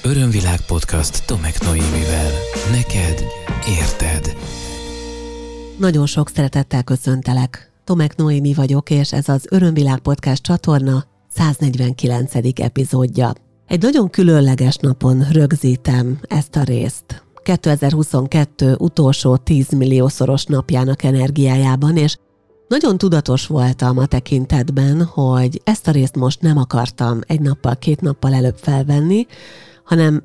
Örömvilág podcast Tomek Noémivel. Neked érted. Nagyon sok szeretettel köszöntelek. Tomek Noémi vagyok, és ez az Örömvilág podcast csatorna 149. epizódja. Egy nagyon különleges napon rögzítem ezt a részt. 2022 utolsó 10 milliószoros napjának energiájában, és nagyon tudatos voltam a tekintetben, hogy ezt a részt most nem akartam egy nappal, 2 nappal előbb felvenni, hanem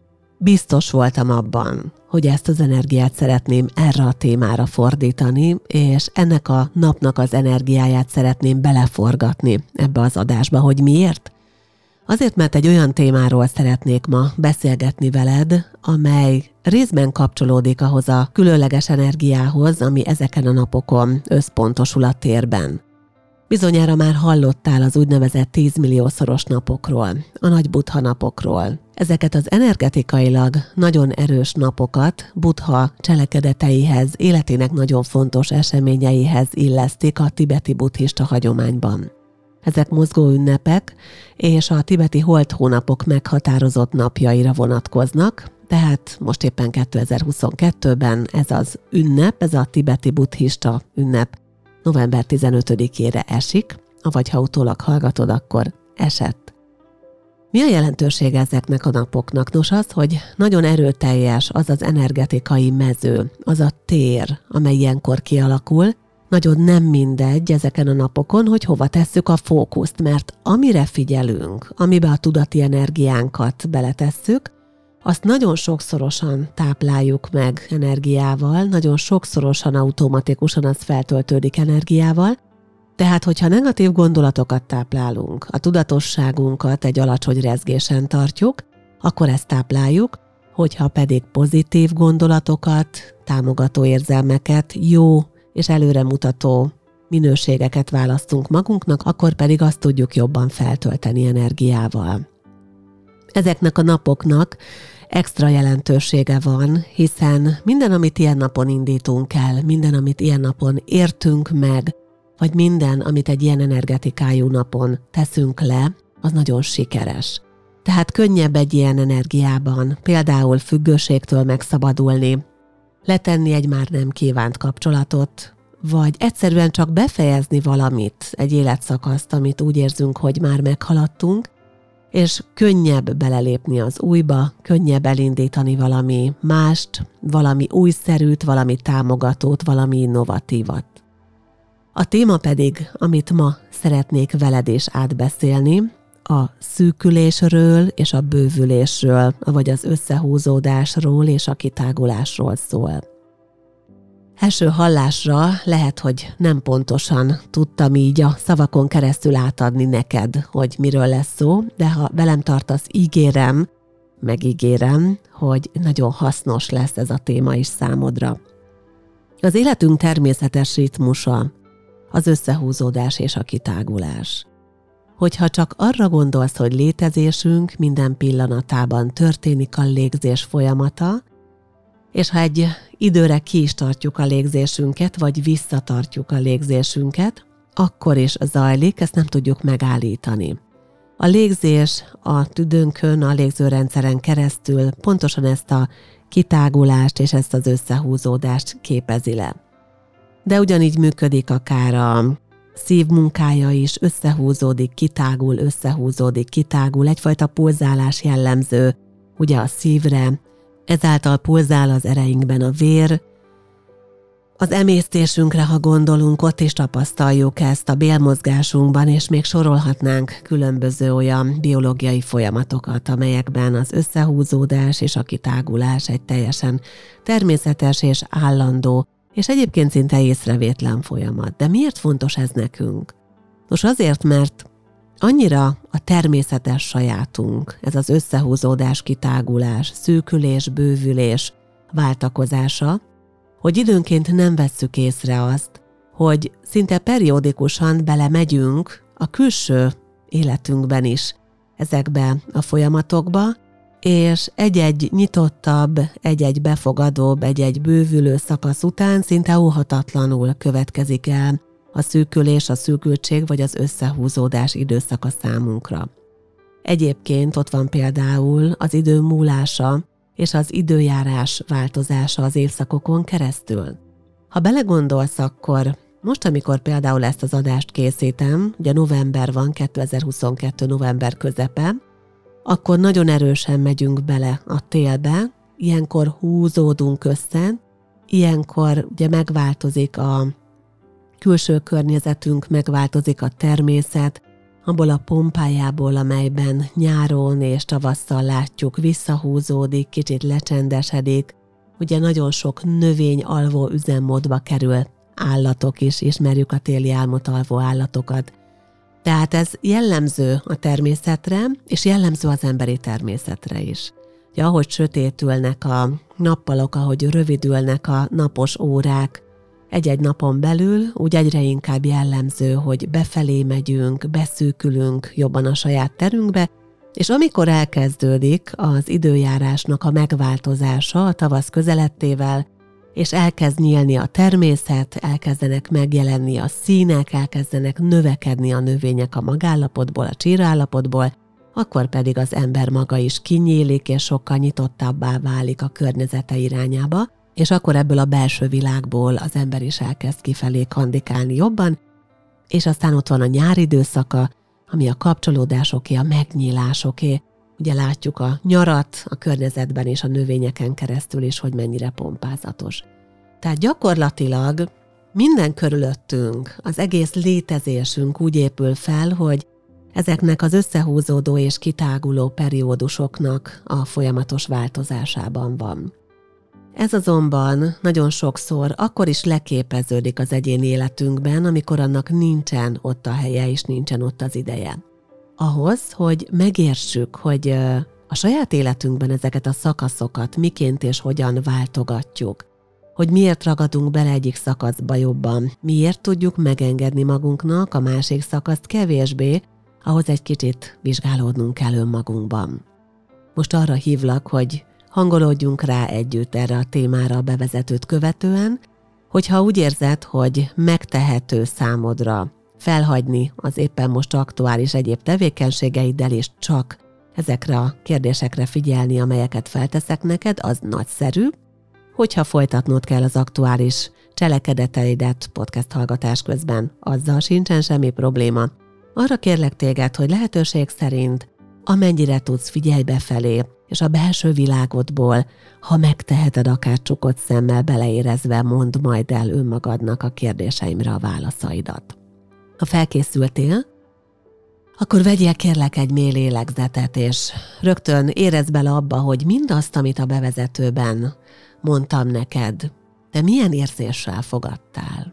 biztos voltam abban, hogy ezt az energiát szeretném erre a témára fordítani, és ennek a napnak az energiáját szeretném beleforgatni ebbe az adásba. Hogy miért? Azért, mert egy olyan témáról szeretnék ma beszélgetni veled, amely részben kapcsolódik ahhoz a különleges energiához, ami ezeken a napokon összpontosul a térben. Bizonyára már hallottál az úgynevezett 10 milliószoros napokról, a nagy Buddha napokról. Ezeket az energetikailag nagyon erős napokat Buddha cselekedeteihez, életének nagyon fontos eseményeihez illesztik a tibeti buddhista hagyományban. Ezek mozgó ünnepek, és a tibeti holt hónapok meghatározott napjaira vonatkoznak, tehát most éppen 2022-ben ez az ünnep, ez a tibeti buddhista ünnep november 15-ére esik, avagy ha utólag hallgatod, akkor esett. Mi a jelentősége ezeknek a napoknak? Nos, az, hogy nagyon erőteljes az az energetikai mező, az a tér, amely ilyenkor kialakul. Nagyon nem mindegy ezeken a napokon, hogy hova tesszük a fókuszt, mert amire figyelünk, amiben a tudati energiánkat beletesszük, azt nagyon sokszorosan tápláljuk meg energiával, nagyon sokszorosan automatikusan az feltöltődik energiával, tehát hogyha negatív gondolatokat táplálunk, a tudatosságunkat egy alacsony rezgésen tartjuk, akkor ezt tápláljuk, hogyha pedig pozitív gondolatokat, támogató érzelmeket, jó és előremutató minőségeket választunk magunknak, akkor pedig azt tudjuk jobban feltölteni energiával. Ezeknek a napoknak extra jelentősége van, hiszen minden, amit ilyen napon indítunk el, minden, amit ilyen napon értünk meg, vagy minden, amit egy ilyen energetikájú napon teszünk le, az nagyon sikeres. Tehát könnyebb egy ilyen energiában, például függőségtől megszabadulni, letenni egy már nem kívánt kapcsolatot, vagy egyszerűen csak befejezni valamit, egy életszakaszt, amit úgy érzünk, hogy már meghaladtunk, és könnyebb belelépni az újba, könnyebb elindítani valami mást, valami újszerűt, valami támogatót, valami innovatívat. A téma pedig, amit ma szeretnék veled is átbeszélni, a szűkülésről és a bővülésről, vagy az összehúzódásról és a kitágulásról szól. Első hallásra lehet, hogy nem pontosan tudtam így a szavakon keresztül átadni neked, hogy miről lesz szó, de ha velem tartasz, megígérem, hogy nagyon hasznos lesz ez a téma is számodra. Az életünk természetes ritmusa az összehúzódás és a kitágulás. Hogyha csak arra gondolsz, hogy létezésünk minden pillanatában történik a légzés folyamata, és ha egy időre ki is tartjuk a légzésünket, vagy visszatartjuk a légzésünket, akkor is zajlik, ezt nem tudjuk megállítani. A légzés a tüdőnkön, a légzőrendszeren keresztül pontosan ezt a kitágulást és ezt az összehúzódást képezi le. De ugyanígy működik akár a szív munkája is, összehúzódik, kitágul, egyfajta pulzálás jellemző, ugye a szívre, ezáltal pulzál az ereinkben a vér. Az emésztésünkre, ha gondolunk, ott is tapasztaljuk ezt a bélmozgásunkban, és még sorolhatnánk különböző olyan biológiai folyamatokat, amelyekben az összehúzódás és a kitágulás egy teljesen természetes és állandó, és egyébként szinte észrevétlen folyamat. De miért fontos ez nekünk? Nos, azért, mert annyira a természetes sajátunk, ez az összehúzódás, kitágulás, szűkülés, bővülés váltakozása, hogy időnként nem vesszük észre azt, hogy szinte periódikusan belemegyünk a külső életünkben is ezekbe a folyamatokba, és egy-egy nyitottabb, egy-egy befogadóbb, egy-egy bővülő szakasz után szinte óhatatlanul következik el a szűkülés, a szűkültség vagy az összehúzódás időszaka számunkra. Egyébként ott van például az idő múlása és az időjárás változása az évszakokon keresztül. Ha belegondolsz, akkor most, amikor például ezt az adást készítem, ugye november van, 2022. november közepe, akkor nagyon erősen megyünk bele a télbe, ilyenkor húzódunk össze, ilyenkor ugye megváltozik a külső környezetünk, megváltozik a természet, abból a pompájából, amelyben nyáron és tavasszal látjuk, visszahúzódik, kicsit lecsendesedik. Ugye nagyon sok növény alvó üzemmódba kerül, állatok is, ismerjük a téli álmot alvó állatokat. Tehát ez jellemző a természetre, és jellemző az emberi természetre is. Ugye, ahogy sötétülnek a nappalok, ahogy rövidülnek a napos órák, egy-egy napon belül úgy egyre inkább jellemző, hogy befelé megyünk, beszűkülünk jobban a saját terünkbe, és amikor elkezdődik az időjárásnak a megváltozása a tavasz közelettével, és elkezd nyílni a természet, elkezdenek megjelenni a színek, elkezdenek növekedni a növények a magállapotból, a csírállapotból, akkor pedig az ember maga is kinyílik, és sokkal nyitottabbá válik a környezete irányába, és akkor ebből a belső világból az ember is elkezd kifelé kandikálni jobban, és aztán ott van a nyár időszaka, ami a kapcsolódásoké, a megnyílásoké. Ugye látjuk a nyarat a környezetben és a növényeken keresztül is, hogy mennyire pompázatos. Tehát gyakorlatilag minden körülöttünk, az egész létezésünk úgy épül fel, hogy ezeknek az összehúzódó és kitáguló periódusoknak a folyamatos változásában van. Ez azonban nagyon sokszor akkor is leképeződik az egyéni életünkben, amikor annak nincsen ott a helye és nincsen ott az ideje. Ahhoz, hogy megértsük, hogy a saját életünkben ezeket a szakaszokat miként és hogyan váltogatjuk, hogy miért ragadunk bele egyik szakaszba jobban, miért tudjuk megengedni magunknak a másik szakaszt kevésbé, ahhoz egy kicsit vizsgálódnunk kell önmagunkban. Most arra hívlak, hogy hangolódjunk rá együtt erre a témára a bevezetőt követően, hogyha úgy érzed, hogy megtehető számodra felhagyni az éppen most aktuális egyéb tevékenységeiddel, és csak ezekre a kérdésekre figyelni, amelyeket felteszek neked, az nagyszerű. Hogyha folytatnod kell az aktuális cselekedeteidet podcast hallgatás közben, azzal sincsen semmi probléma. Arra kérlek téged, hogy lehetőség szerint, amennyire tudsz, figyelj befelé, és a belső világodból, ha megteheted akár csukott szemmel beleérezve, mondd majd el önmagadnak a kérdéseimre a válaszaidat. Ha felkészültél, akkor vegyél kérlek egy mély lélegzetet, és rögtön érezd bele abba, hogy mindazt, amit a bevezetőben mondtam neked, te milyen érzéssel fogadtál.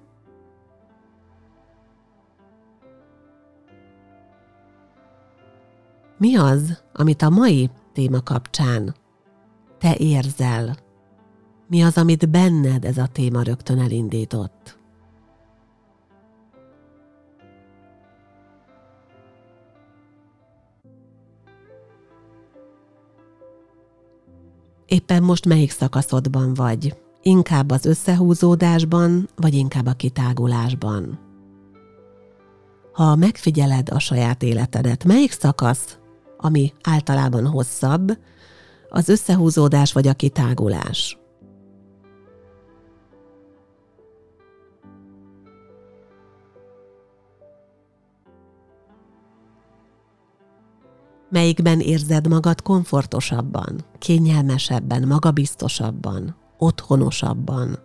Mi az, amit a mai téma kapcsán te érzel? Mi az, amit benned ez a téma rögtön elindított? Éppen most melyik szakaszodban vagy? Inkább az összehúzódásban, vagy inkább a kitágulásban? Ha megfigyeled a saját életedet, melyik szakasz, ami általában hosszabb, az összehúzódás vagy a kitágulás? Melyikben érzed magad komfortosabban, kényelmesebben, magabiztosabban, otthonosabban?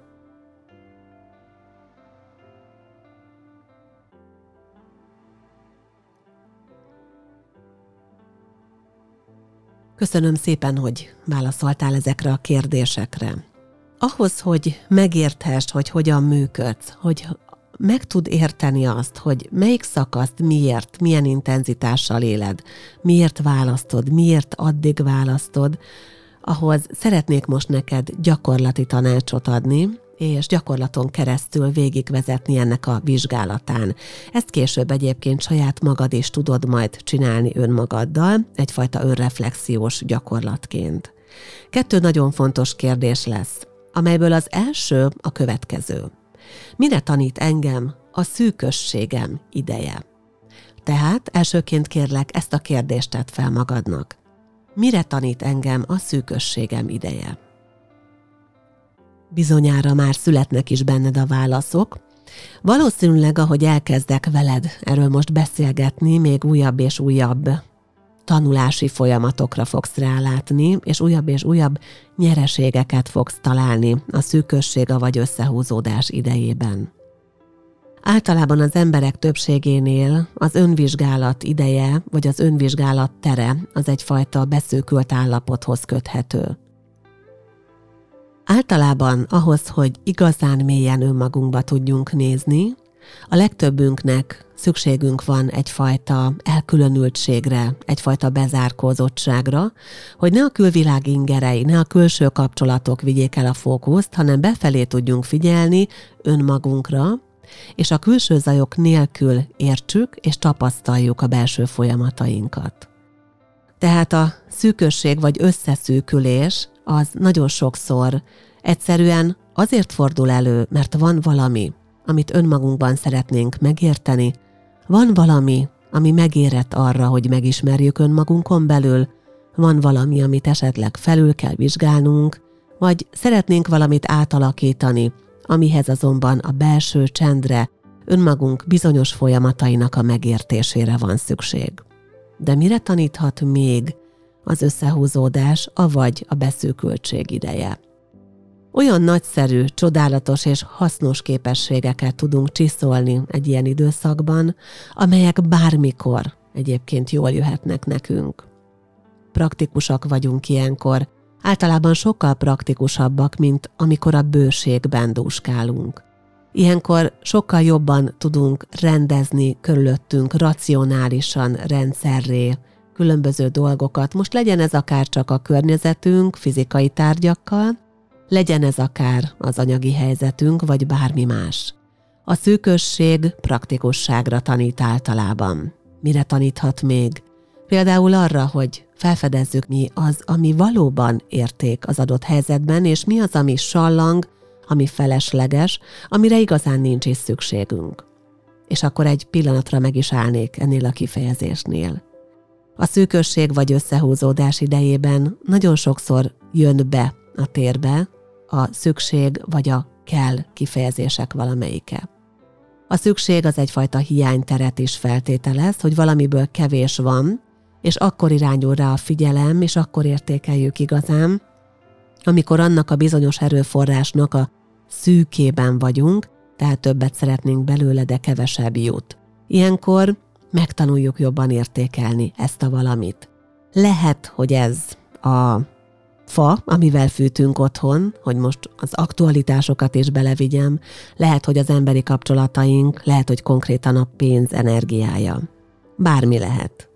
Köszönöm szépen, hogy válaszoltál ezekre a kérdésekre. Ahhoz, hogy megérthessd, hogy hogyan működsz, hogy meg tud érteni azt, hogy melyik szakaszt miért, milyen intenzitással éled, miért választod, miért addig választod, ahhoz szeretnék most neked gyakorlati tanácsot adni, és gyakorlaton keresztül végigvezetni ennek a vizsgálatán. Ezt később egyébként saját magad is tudod majd csinálni önmagaddal, egyfajta önreflexiós gyakorlatként. 2 nagyon fontos kérdés lesz, amelyből az első a következő. Mire tanít engem a szűkösségem ideje? Tehát elsőként kérlek, ezt a kérdést tedd fel magadnak. Mire tanít engem a szűkösségem ideje? Bizonyára már születnek is benned a válaszok. Valószínűleg, ahogy elkezdek veled erről most beszélgetni, még újabb és újabb tanulási folyamatokra fogsz rálátni, és újabb nyereségeket fogsz találni a szűkösség vagy összehúzódás idejében. Általában az emberek többségénél az önvizsgálat ideje, vagy az önvizsgálat tere az egyfajta beszűkült állapothoz köthető. Általában ahhoz, hogy igazán mélyen önmagunkba tudjunk nézni, a legtöbbünknek szükségünk van egyfajta elkülönültségre, egyfajta bezárkózottságra, hogy ne a külvilág ingerei, ne a külső kapcsolatok vigyék el a fókuszt, hanem befelé tudjunk figyelni önmagunkra, és a külső zajok nélkül értsük és tapasztaljuk a belső folyamatainkat. Tehát a szűkösség vagy összeszűkülés az nagyon sokszor egyszerűen azért fordul elő, mert van valami, amit önmagunkban szeretnénk megérteni, van valami, ami megérett arra, hogy megismerjük önmagunkon belül, van valami, amit esetleg felül kell vizsgálnunk, vagy szeretnénk valamit átalakítani, amihez azonban a belső csendre, önmagunk bizonyos folyamatainak a megértésére van szükség. De mire taníthat még az összehúzódás, avagy a beszűkültség ideje? Olyan nagyszerű, csodálatos és hasznos képességeket tudunk csiszolni egy ilyen időszakban, amelyek bármikor egyébként jól jöhetnek nekünk. Praktikusak vagyunk ilyenkor, általában sokkal praktikusabbak, mint amikor a bőségben dúskálunk. Ilyenkor sokkal jobban tudunk rendezni körülöttünk racionálisan rendszerré különböző dolgokat. Most legyen ez akár csak a környezetünk fizikai tárgyakkal, legyen ez akár az anyagi helyzetünk, vagy bármi más. A szűkösség praktikusságra tanít általában. Mire taníthat még? Például arra, hogy felfedezzük, mi az, ami valóban érték az adott helyzetben, és mi az, ami sallang, ami felesleges, amire igazán nincs is szükségünk. És akkor egy pillanatra meg is állnék ennél a kifejezésnél. A szűkösség vagy összehúzódás idejében nagyon sokszor jön be a térbe a szükség vagy a kell kifejezések valamelyike. A szükség az egyfajta hiányteret is feltételez, hogy valamiből kevés van, és akkor irányul rá a figyelem, és akkor értékeljük igazán, amikor annak a bizonyos erőforrásnak a szűkében vagyunk, tehát többet szeretnénk belőle, de kevesebb jut. Ilyenkor megtanuljuk jobban értékelni ezt a valamit. Lehet, hogy ez a fa, amivel fűtünk otthon, hogy most az aktualitásokat is belevigyem, lehet, hogy az emberi kapcsolataink, lehet, hogy konkrétan a pénz energiája. Bármi lehet.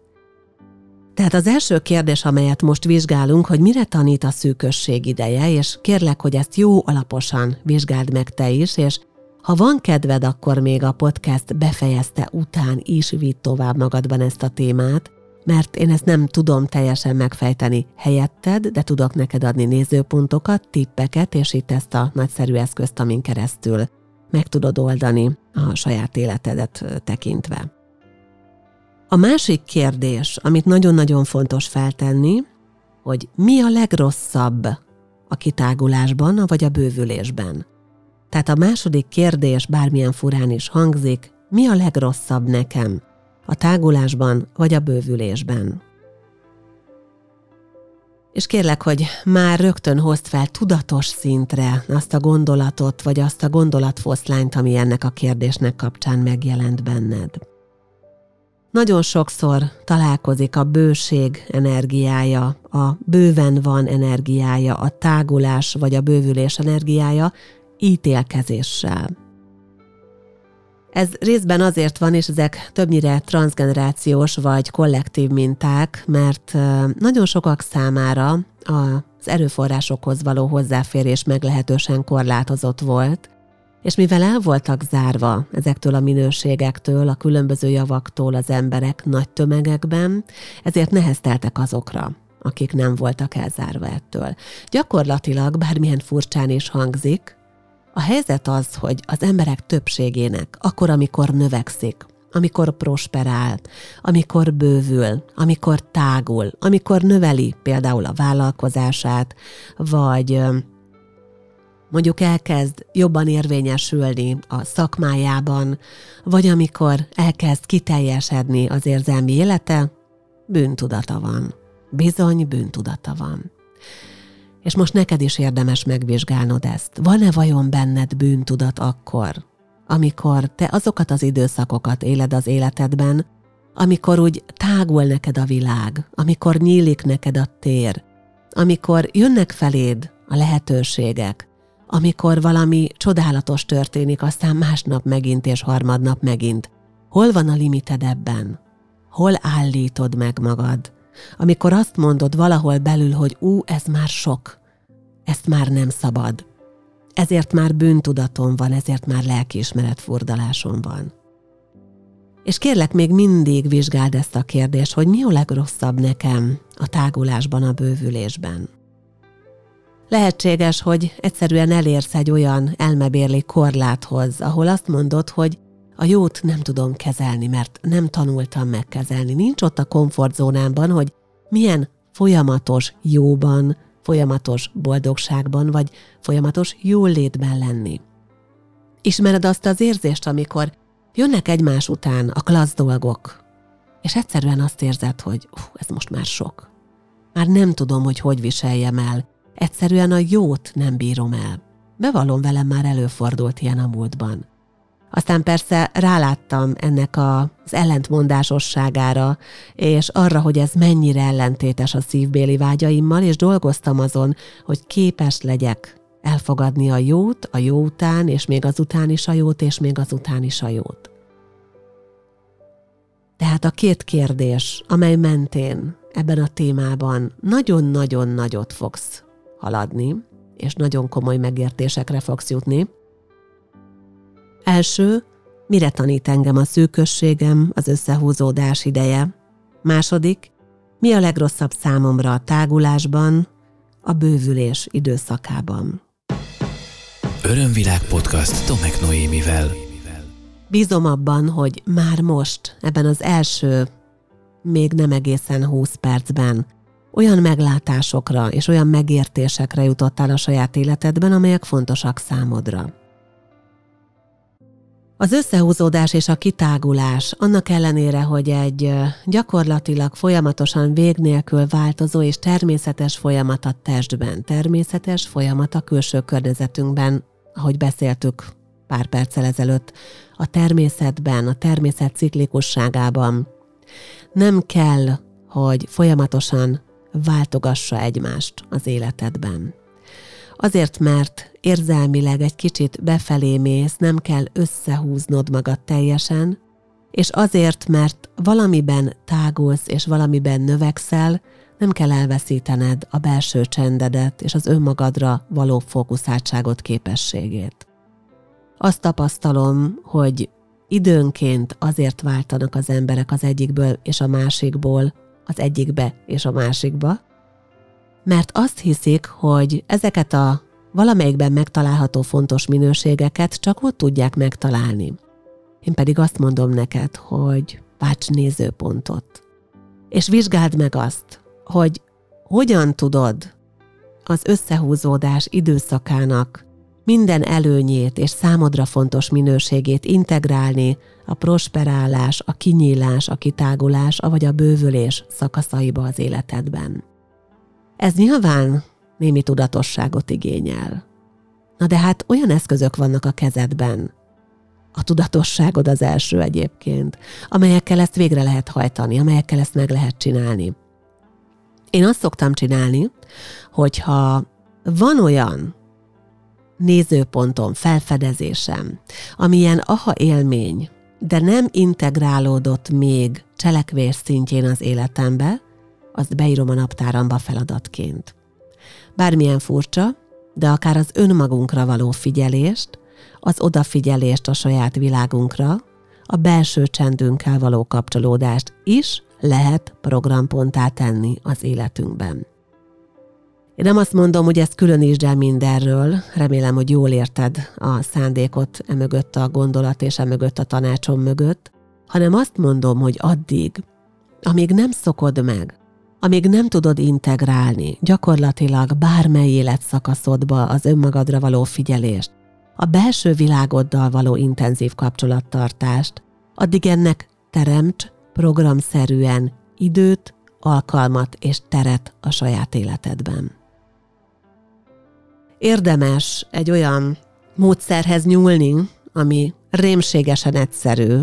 Tehát az első kérdés, amelyet most vizsgálunk, hogy mire tanít a szűkösség ideje, és kérlek, hogy ezt jó alaposan vizsgáld meg te is, és ha van kedved, akkor még a podcast befejezte után is vidd tovább magadban ezt a témát, mert én ezt nem tudom teljesen megfejteni helyetted, de tudok neked adni nézőpontokat, tippeket, és itt ezt a nagyszerű eszközt, amin keresztül meg tudod oldani a saját életedet tekintve. A másik kérdés, amit nagyon-nagyon fontos feltenni, hogy mi a legrosszabb a kitágulásban, vagy a bővülésben. Tehát a második kérdés, bármilyen furán is hangzik, mi a legrosszabb nekem a tágulásban, vagy a bővülésben. És kérlek, hogy már rögtön hozd fel tudatos szintre azt a gondolatot, vagy azt a gondolatfoszlányt, ami ennek a kérdésnek kapcsán megjelent benned. Nagyon sokszor találkozik a bőség energiája, a bőven van energiája, a tágulás vagy a bővülés energiája ítélkezéssel. Ez részben azért van, és ezek többnyire transzgenerációs vagy kollektív minták, mert nagyon sokak számára az erőforrásokhoz való hozzáférés meglehetősen korlátozott volt, és mivel el voltak zárva ezektől a minőségektől, a különböző javaktól az emberek nagy tömegekben, ezért nehezteltek azokra, akik nem voltak elzárva ettől. Gyakorlatilag, bármilyen furcsán is hangzik, a helyzet az, hogy az emberek többségének, akkor, amikor növekszik amikor prosperál, amikor bővül, amikor tágul, amikor növeli például a vállalkozását, vagy mondjuk elkezd jobban érvényesülni a szakmájában, vagy amikor elkezd kiteljesedni az érzelmi élete, bűntudata van. Bizony, bűntudata van. És most neked is érdemes megvizsgálnod ezt. Van-e vajon benned bűntudat akkor, amikor te azokat az időszakokat éled az életedben, amikor úgy tágul neked a világ, amikor nyílik neked a tér, amikor jönnek feléd a lehetőségek, amikor valami csodálatos történik, aztán másnap megint és harmadnap megint. Hol van a limited ebben? Hol állítod meg magad? Amikor azt mondod valahol belül, hogy ez már sok, ezt már nem szabad. Ezért már bűntudatom van, ezért már lelkiismeret furdalásom van. És kérlek, még mindig vizsgáld ezt a kérdést, hogy mi a legrosszabb nekem a tágulásban, a bővülésben. Lehetséges, hogy egyszerűen elérsz egy olyan elmebérli korláthoz, ahol azt mondod, hogy a jót nem tudom kezelni, mert nem tanultam megkezelni. Nincs ott a komfortzónámban, hogy milyen folyamatos jóban, folyamatos boldogságban, vagy folyamatos jólétben lenni. Ismered azt az érzést, amikor jönnek egymás után a klassz dolgok, és egyszerűen azt érzed, hogy ez most már sok. Már nem tudom, hogy viseljem el. Egyszerűen a jót nem bírom el. Bevallom, velem már előfordult ilyen a múltban. Aztán persze ráláttam ennek az ellentmondásosságára, és arra, hogy ez mennyire ellentétes a szívbéli vágyaimmal, és dolgoztam azon, hogy képes legyek elfogadni a jót, a jó után, és még azután is a jót, és még azután is a jót. Tehát a két kérdés, amely mentén ebben a témában nagyon-nagyon nagyot fogsz haladni, és nagyon komoly megértésekre fogsz jutni. Első, mire tanít engem a szűkösségem, az összehúzódás ideje? Második, mi a legrosszabb számomra a tágulásban, a bővülés időszakában? Örömvilág podcast Tomek Noémivel. Bízom abban, hogy már most, ebben az első, még nem egészen 20 percben olyan meglátásokra és olyan megértésekre jutottál a saját életedben, amelyek fontosak számodra. Az összehúzódás és a kitágulás annak ellenére, hogy egy gyakorlatilag folyamatosan vég nélkül változó és természetes folyamat a testben, természetes folyamat a külső környezetünkben, ahogy beszéltük pár perccel ezelőtt, a természetben, a természet ciklikusságában nem kell, hogy folyamatosan váltogassa egymást az életedben. Azért, mert érzelmileg egy kicsit befelé mész, nem kell összehúznod magad teljesen, és azért, mert valamiben tágulsz és valamiben növekszel, nem kell elveszítened a belső csendedet és az önmagadra való fókuszáltságot, képességét. Azt tapasztalom, hogy időnként azért váltanak az emberek az egyikből és a másikból az egyikbe és a másikba, mert azt hiszik, hogy ezeket a valamelyikben megtalálható fontos minőségeket csak ott tudják megtalálni. Én pedig azt mondom neked, hogy válts nézőpontot. És vizsgáld meg azt, hogy hogyan tudod az összehúzódás időszakának minden előnyét és számodra fontos minőségét integrálni a prosperálás, a kinyílás, a kitágulás, avagy a bővülés szakaszaiba az életedben. Ez nyilván némi tudatosságot igényel. Na de hát olyan eszközök vannak a kezedben, a tudatosságod az első egyébként, amelyekkel ezt végre lehet hajtani, amelyekkel ezt meg lehet csinálni. Én azt szoktam csinálni, hogyha van olyan nézőpontom, felfedezésem, amilyen aha élmény, de nem integrálódott még cselekvés szintjén az életembe, azt beírom a naptáramba feladatként. Bármilyen furcsa, de akár az önmagunkra való figyelést, az odafigyelést a saját világunkra, a belső csendünkkel való kapcsolódást is lehet programponttá tenni az életünkben. Én nem azt mondom, hogy ezt különítsd el mindenről, remélem, hogy jól érted a szándékot emögött a gondolat és emögött a tanácsom mögött, hanem azt mondom, hogy addig, amíg nem szokod meg, amíg nem tudod integrálni gyakorlatilag bármely életszakaszodba az önmagadra való figyelést, a belső világoddal való intenzív kapcsolattartást, addig ennek teremts programszerűen időt, alkalmat és teret a saját életedben. Érdemes egy olyan módszerhez nyúlni, ami rémségesen egyszerű.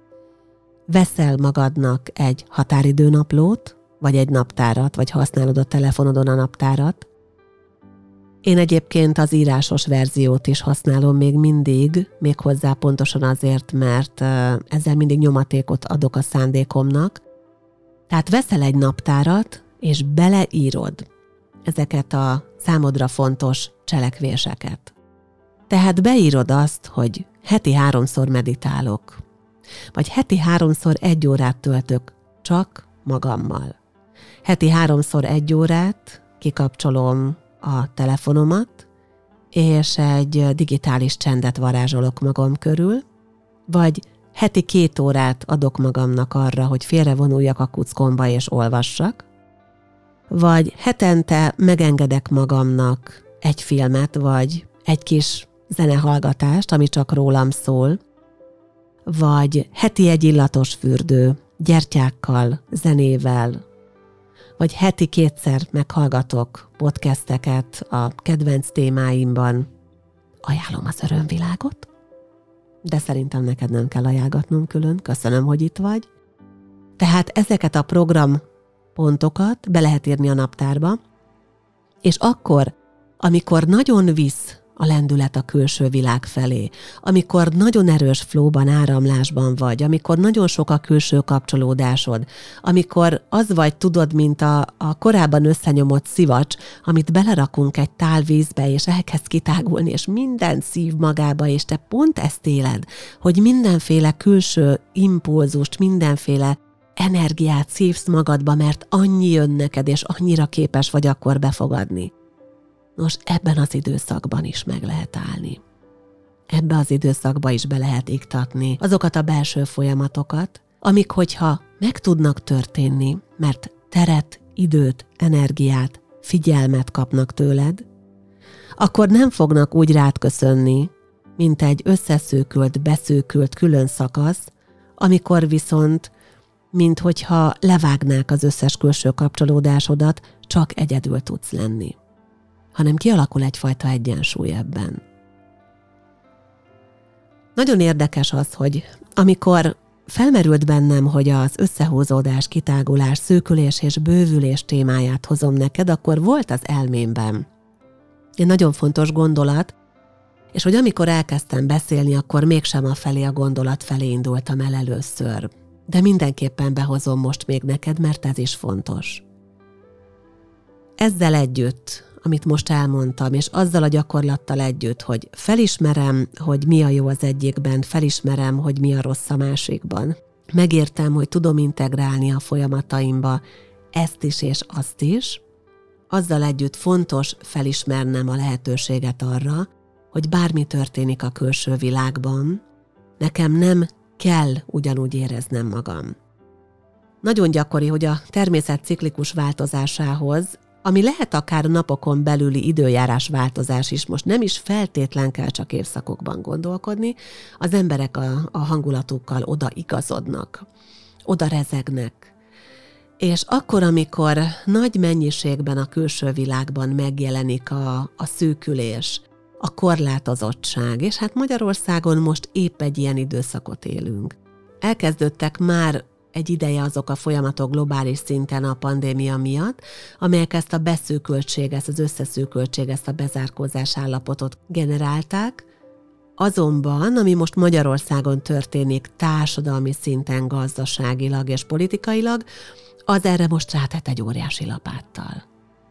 Veszel magadnak egy határidőnaplót, vagy egy naptárat, vagy használod a telefonodon a naptárat. Én egyébként az írásos verziót is használom még mindig, méghozzá pontosan azért, mert ezzel mindig nyomatékot adok a szándékomnak. Tehát veszel egy naptárat, és beleírod ezeket a számodra fontos cselekvéseket. Tehát beírod azt, hogy heti 3-szor meditálok, vagy heti 3-szor 1 órát töltök csak magammal. Heti 3-szor 1 órát kikapcsolom a telefonomat, és egy digitális csendet varázsolok magam körül, vagy heti 2 órát adok magamnak arra, hogy félrevonuljak a kuckomba és olvassak, vagy hetente megengedek magamnak egy filmet, vagy egy kis zenehallgatást, ami csak rólam szól, vagy heti egy illatos fürdő, gyertyákkal, zenével, vagy heti 2-szer meghallgatok podcasteket a kedvenc témáimban. Ajánlom az örömvilágot, de szerintem neked nem kell ajánlgatnom külön, köszönöm, hogy itt vagy. Tehát ezeket a programpontokat be lehet írni a naptárba, és akkor, amikor nagyon visz a lendület a külső világ felé, amikor nagyon erős flowban, áramlásban vagy, amikor nagyon sok a külső kapcsolódásod, amikor az vagy, tudod, mint a korábban összenyomott szivacs, amit belerakunk egy tál vízbe, és elkezd kitágulni, és minden szív magába, és te pont ezt éled, hogy mindenféle külső impulzust, mindenféle energiát szívsz magadba, mert annyi jön neked, és annyira képes vagy akkor befogadni. Nos, ebben az időszakban is meg lehet állni. Ebbe az időszakba is be lehet iktatni azokat a belső folyamatokat, amik, hogyha meg tudnak történni, mert teret, időt, energiát, figyelmet kapnak tőled, akkor nem fognak úgy rád köszönni, mint egy összeszűkült, beszűkült külön szakasz, amikor viszont, mint hogyha levágnák az összes külső kapcsolódásodat, csak egyedül tudsz lenni, hanem kialakul egyfajta egyensúly ebben. Nagyon érdekes az, hogy amikor felmerült bennem, hogy az összehúzódás, kitágulás, szűkülés és bővülés témáját hozom neked, akkor volt az elmémben egy nagyon fontos gondolat, és hogy amikor elkezdtem beszélni, akkor mégsem afelé a gondolat felé indultam el először. De mindenképpen behozom most még neked, mert ez is fontos. Ezzel együtt, amit most elmondtam, és azzal a gyakorlattal együtt, hogy felismerem, hogy mi a jó az egyikben, felismerem, hogy mi a rossz a másikban. Megértem, hogy tudom integrálni a folyamataimba ezt is és azt is. Azzal együtt fontos felismernem a lehetőséget arra, hogy bármi történik a külső világban, nekem nem kell ugyanúgy éreznem magam. Nagyon gyakori, hogy a természet ciklikus változásához, ami lehet akár napokon belüli időjárás változás is, most nem is feltétlen kell csak évszakokban gondolkodni, az emberek a hangulatukkal oda igazodnak, oda rezegnek. És akkor, amikor nagy mennyiségben a külső világban megjelenik a szűkülés, a korlátozottság, és hát Magyarországon most épp egy ilyen időszakot élünk. Elkezdődtek már egy ideje azok a folyamatok globális szinten a pandémia miatt, amelyek ezt a beszűkültség, ezt az összeszűkültség, ezt a bezárkózás állapotot generálták. Azonban, ami most Magyarországon történik társadalmi szinten, gazdaságilag és politikailag, az erre most rátett egy óriási lapáttal.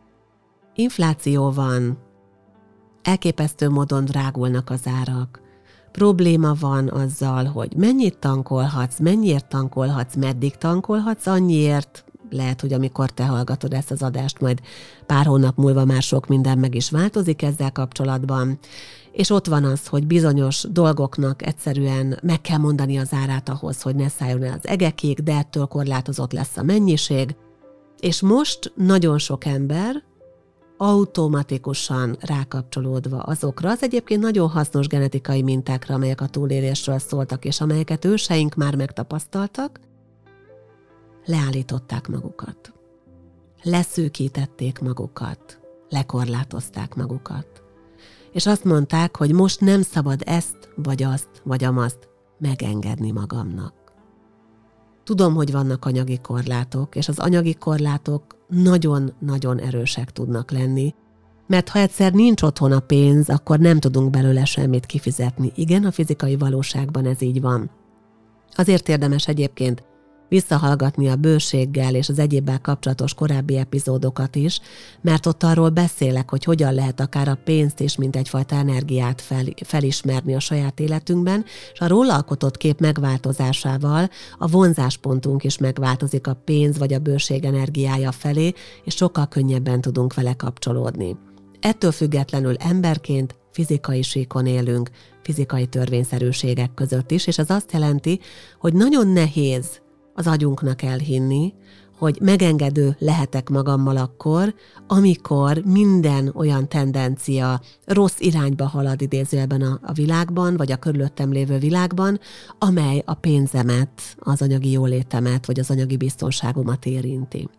Infláció van, elképesztő módon drágulnak az árak, probléma van azzal, hogy mennyit tankolhatsz, mennyiért tankolhatsz, meddig tankolhatsz, annyiért, lehet, hogy amikor te hallgatod ezt az adást, majd pár hónap múlva már sok minden meg is változik ezzel kapcsolatban, és ott van az, hogy bizonyos dolgoknak egyszerűen meg kell mondani az árát ahhoz, hogy ne szálljon el az egekig, de ettől korlátozott lesz a mennyiség. És most nagyon sok ember automatikusan rákapcsolódva azokra az egyébként nagyon hasznos genetikai mintákra, amelyek a túlélésről szóltak, és amelyeket őseink már megtapasztaltak, leállították magukat. Leszűkítették magukat, lekorlátozták magukat. És azt mondták, hogy most nem szabad ezt, vagy azt, vagy amazt megengedni magamnak. Tudom, hogy vannak anyagi korlátok, és az anyagi korlátok nagyon-nagyon erősek tudnak lenni, mert ha egyszer nincs otthon a pénz, akkor nem tudunk belőle semmit kifizetni. Igen, a fizikai valóságban ez így van. Azért érdemes egyébként visszahallgatni a bőséggel és az egyébbel kapcsolatos korábbi epizódokat is, mert ott arról beszélek, hogy hogyan lehet akár a pénzt is, mint egyfajta energiát felismerni a saját életünkben, és a róla alkotott kép megváltozásával a vonzáspontunk is megváltozik a pénz vagy a bőség energiája felé, és sokkal könnyebben tudunk vele kapcsolódni. Ettől függetlenül emberként fizikai síkon élünk, fizikai törvényszerűségek között is, és ez azt jelenti, hogy nagyon nehéz az agyunknak elhinni, hogy megengedő lehetek magammal akkor, amikor minden olyan tendencia rossz irányba halad idézőjelben a világban, vagy a körülöttem lévő világban, amely a pénzemet, az anyagi jólétemet, vagy az anyagi biztonságomat érinti.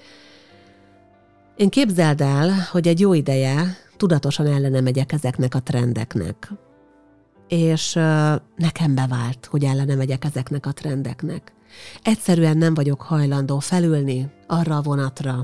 Én képzeld el, hogy egy jó ideje tudatosan ellene megyek ezeknek a trendeknek. És nekem bevált, hogy ellene megyek ezeknek a trendeknek. Egyszerűen nem vagyok hajlandó felülni arra a vonatra,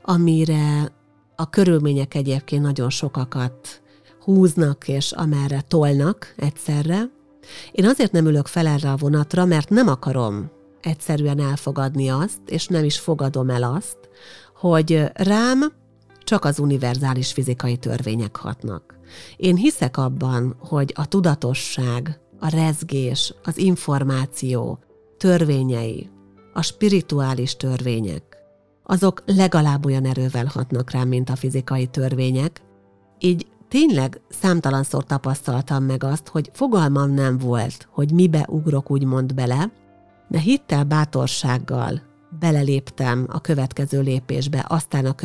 amire a körülmények egyébként nagyon sokakat húznak és amerre tolnak egyszerre. Én azért nem ülök fel erre a vonatra, mert nem akarom egyszerűen elfogadni azt, és nem is fogadom el azt, hogy rám csak az univerzális fizikai törvények hatnak. Én hiszek abban, hogy a tudatosság, a rezgés, az információ törvényei, a spirituális törvények, azok legalább olyan erővel hatnak rám, mint a fizikai törvények. Így tényleg számtalanszor tapasztaltam meg azt, hogy fogalmam nem volt, hogy mibe ugrok úgymond bele, de hittel, bátorsággal beleléptem a következő lépésbe, aztán a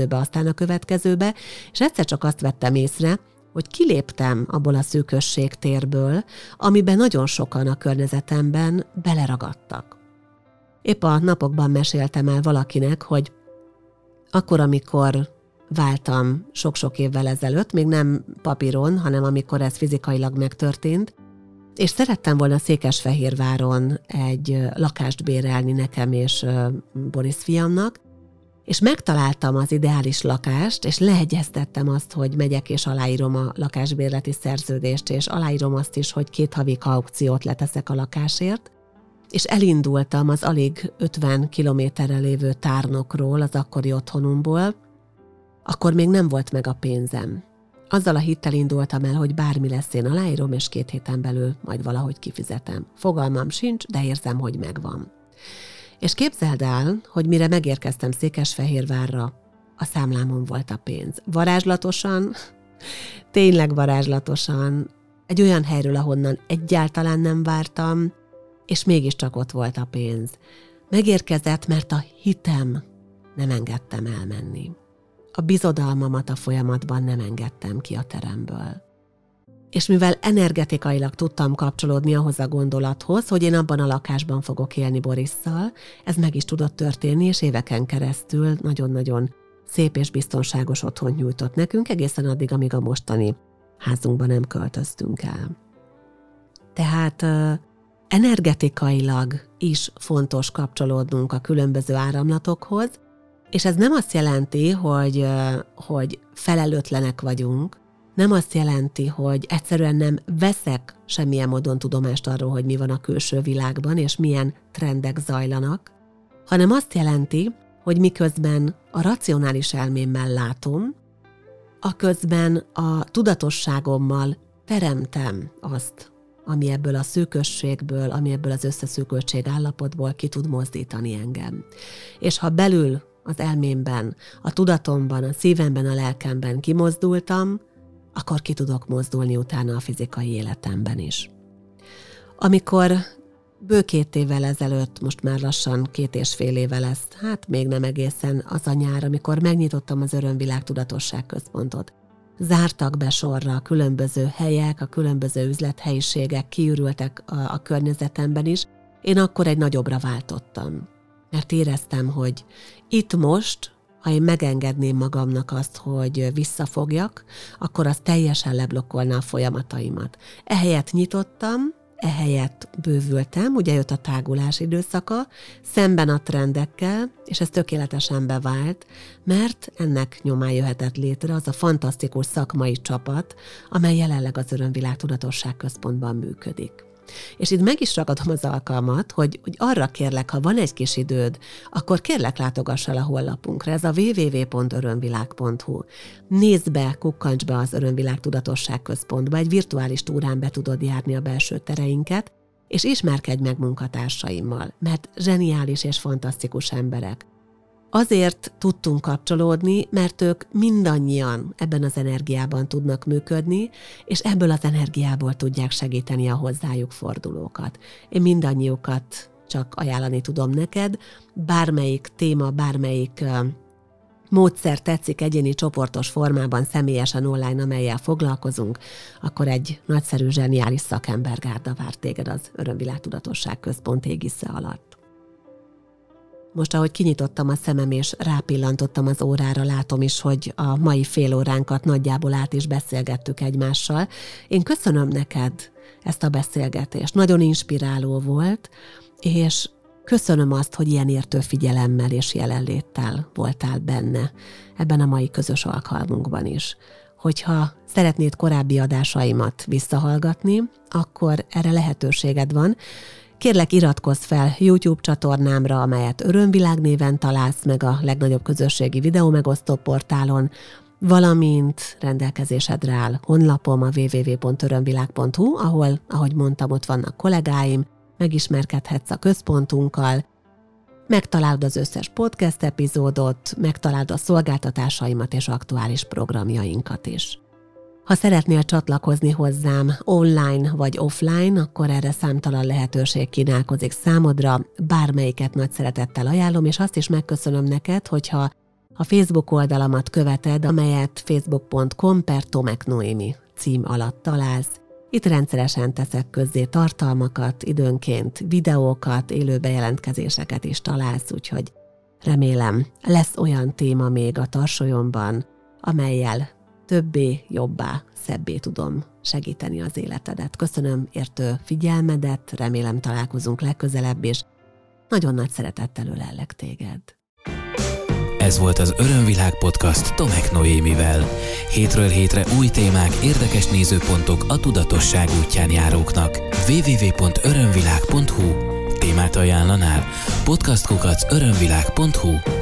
következőbe, és egyszer csak azt vettem észre, hogy kiléptem abból a szűkösségtérből, amiben nagyon sokan a környezetemben beleragadtak. Épp a napokban meséltem el valakinek, hogy akkor, amikor váltam sok-sok évvel ezelőtt, még nem papíron, hanem amikor ez fizikailag megtörtént, és szerettem volna Székesfehérváron egy lakást bérelni nekem és Boris fiamnak, és megtaláltam az ideális lakást, és leegyeztettem azt, hogy megyek és aláírom a lakásbérleti szerződést, és aláírom azt is, hogy 2 havi aukciót leteszek a lakásért, és elindultam az alig 50 kilométerre lévő Tárnokról, az akkori otthonunkból, akkor még nem volt meg a pénzem. Azzal a hittel indultam el, hogy bármi lesz, én aláírom, és 2 héten belül majd valahogy kifizetem. Fogalmam sincs, de érzem, hogy megvan. És képzeld el, hogy mire megérkeztem Székesfehérvárra, a számlámon volt a pénz. Varázslatosan, tényleg varázslatosan, egy olyan helyről, ahonnan egyáltalán nem vártam, és mégiscsak ott volt a pénz. Megérkezett, mert a hitem nem engedtem elmenni. A bizodalmamat a folyamatban nem engedtem ki a teremből. És mivel energetikailag tudtam kapcsolódni ahhoz a gondolathoz, hogy én abban a lakásban fogok élni Borisszal, ez meg is tudott történni, és éveken keresztül nagyon-nagyon szép és biztonságos otthont nyújtott nekünk, egészen addig, amíg a mostani házunkban nem költöztünk el. Tehát energetikailag is fontos kapcsolódnunk a különböző áramlatokhoz, és ez nem azt jelenti, hogy felelőtlenek vagyunk, nem azt jelenti, hogy egyszerűen nem veszek semmilyen módon tudomást arról, hogy mi van a külső világban, és milyen trendek zajlanak, hanem azt jelenti, hogy miközben a racionális elmémmel látom, aközben a tudatosságommal teremtem azt, ami ebből a szűkösségből, ami ebből az összeszűköltség állapotból ki tud mozdítani engem. És ha belül az elmémben, a tudatomban, a szívemben, a lelkemben kimozdultam, akkor ki tudok mozdulni utána a fizikai életemben is. Amikor bő 2 évvel ezelőtt, most már lassan 2,5 éve lesz, hát még nem egészen az a nyár, amikor megnyitottam az Örömvilág Tudatosság Központot. Zártak be sorra a különböző helyek, a különböző üzlethelyiségek kiürültek a környezetemben is. Én akkor egy nagyobbra váltottam, mert éreztem, hogy itt most, ha én megengedném magamnak azt, hogy visszafogjak, akkor az teljesen leblokkolna a folyamataimat. Ehelyett nyitottam, ehelyett bővültem, ugye jött a tágulás időszaka, szemben a trendekkel, és ez tökéletesen bevált, mert ennek nyomán jöhetett létre az a fantasztikus szakmai csapat, amely jelenleg az Örömvilág Tudatosság Központban működik. És itt meg is ragadom az alkalmat, hogy arra kérlek, ha van egy kis időd, akkor kérlek látogass el a honlapunkra. Ez a www.örömvilág.hu. Nézd be, kukkancs be az Örömvilág Tudatosság Központba, egy virtuális túrán be tudod járni a belső tereinket, és ismerkedj meg munkatársaimmal, mert zseniális és fantasztikus emberek. Azért tudtunk kapcsolódni, mert ők mindannyian ebben az energiában tudnak működni, és ebből az energiából tudják segíteni a hozzájuk fordulókat. Én mindannyiukat csak ajánlani tudom neked, bármelyik téma, bármelyik módszer tetszik egyéni csoportos formában, személyesen online, amellyel foglalkozunk, akkor egy nagyszerű, zseniális szakembergárda vár téged az Örömvilág Tudatosság Központ égisze alatt. Most, ahogy kinyitottam a szemem és rápillantottam az órára, látom is, hogy a mai fél óránkat nagyjából át is beszélgettük egymással. Én köszönöm neked ezt a beszélgetést. Nagyon inspiráló volt, és köszönöm azt, hogy ilyen értő figyelemmel és jelenléttel voltál benne ebben a mai közös alkalmunkban is. Hogyha szeretnéd korábbi adásaimat visszahallgatni, akkor erre lehetőséged van. Kérlek, iratkozz fel YouTube csatornámra, amelyet Örömvilág néven találsz meg a legnagyobb közösségi videó megosztó portálon, valamint rendelkezésedre áll honlapom a www.örömvilág.hu, ahol, ahogy mondtam, ott vannak kollégáim, megismerkedhetsz a központunkkal, megtalálod az összes podcast epizódot, megtalálod a szolgáltatásaimat és aktuális programjainkat is. Ha szeretnél csatlakozni hozzám online vagy offline, akkor erre számtalan lehetőség kínálkozik számodra, bármelyiket nagy szeretettel ajánlom, és azt is megköszönöm neked, hogyha a Facebook oldalamat követed, amelyet facebook.com/Tomek Noémi cím alatt találsz. Itt rendszeresen teszek közzé tartalmakat, időnként videókat, élő bejelentkezéseket is találsz, úgyhogy remélem lesz olyan téma még a tarsolyomban, amellyel többé, jobbá, szebbé tudom segíteni az életedet. Köszönöm értő figyelmedet, remélem találkozunk legközelebb, és nagyon nagy szeretettel ölellek téged. Ez volt az Örömvilág Podcast Tomek Noémivel. Hétről hétre új témák, érdekes nézőpontok a tudatosság útján járóknak. www.örömvilág.hu. Témát ajánlanál? podcastkukac.örömvilág.hu.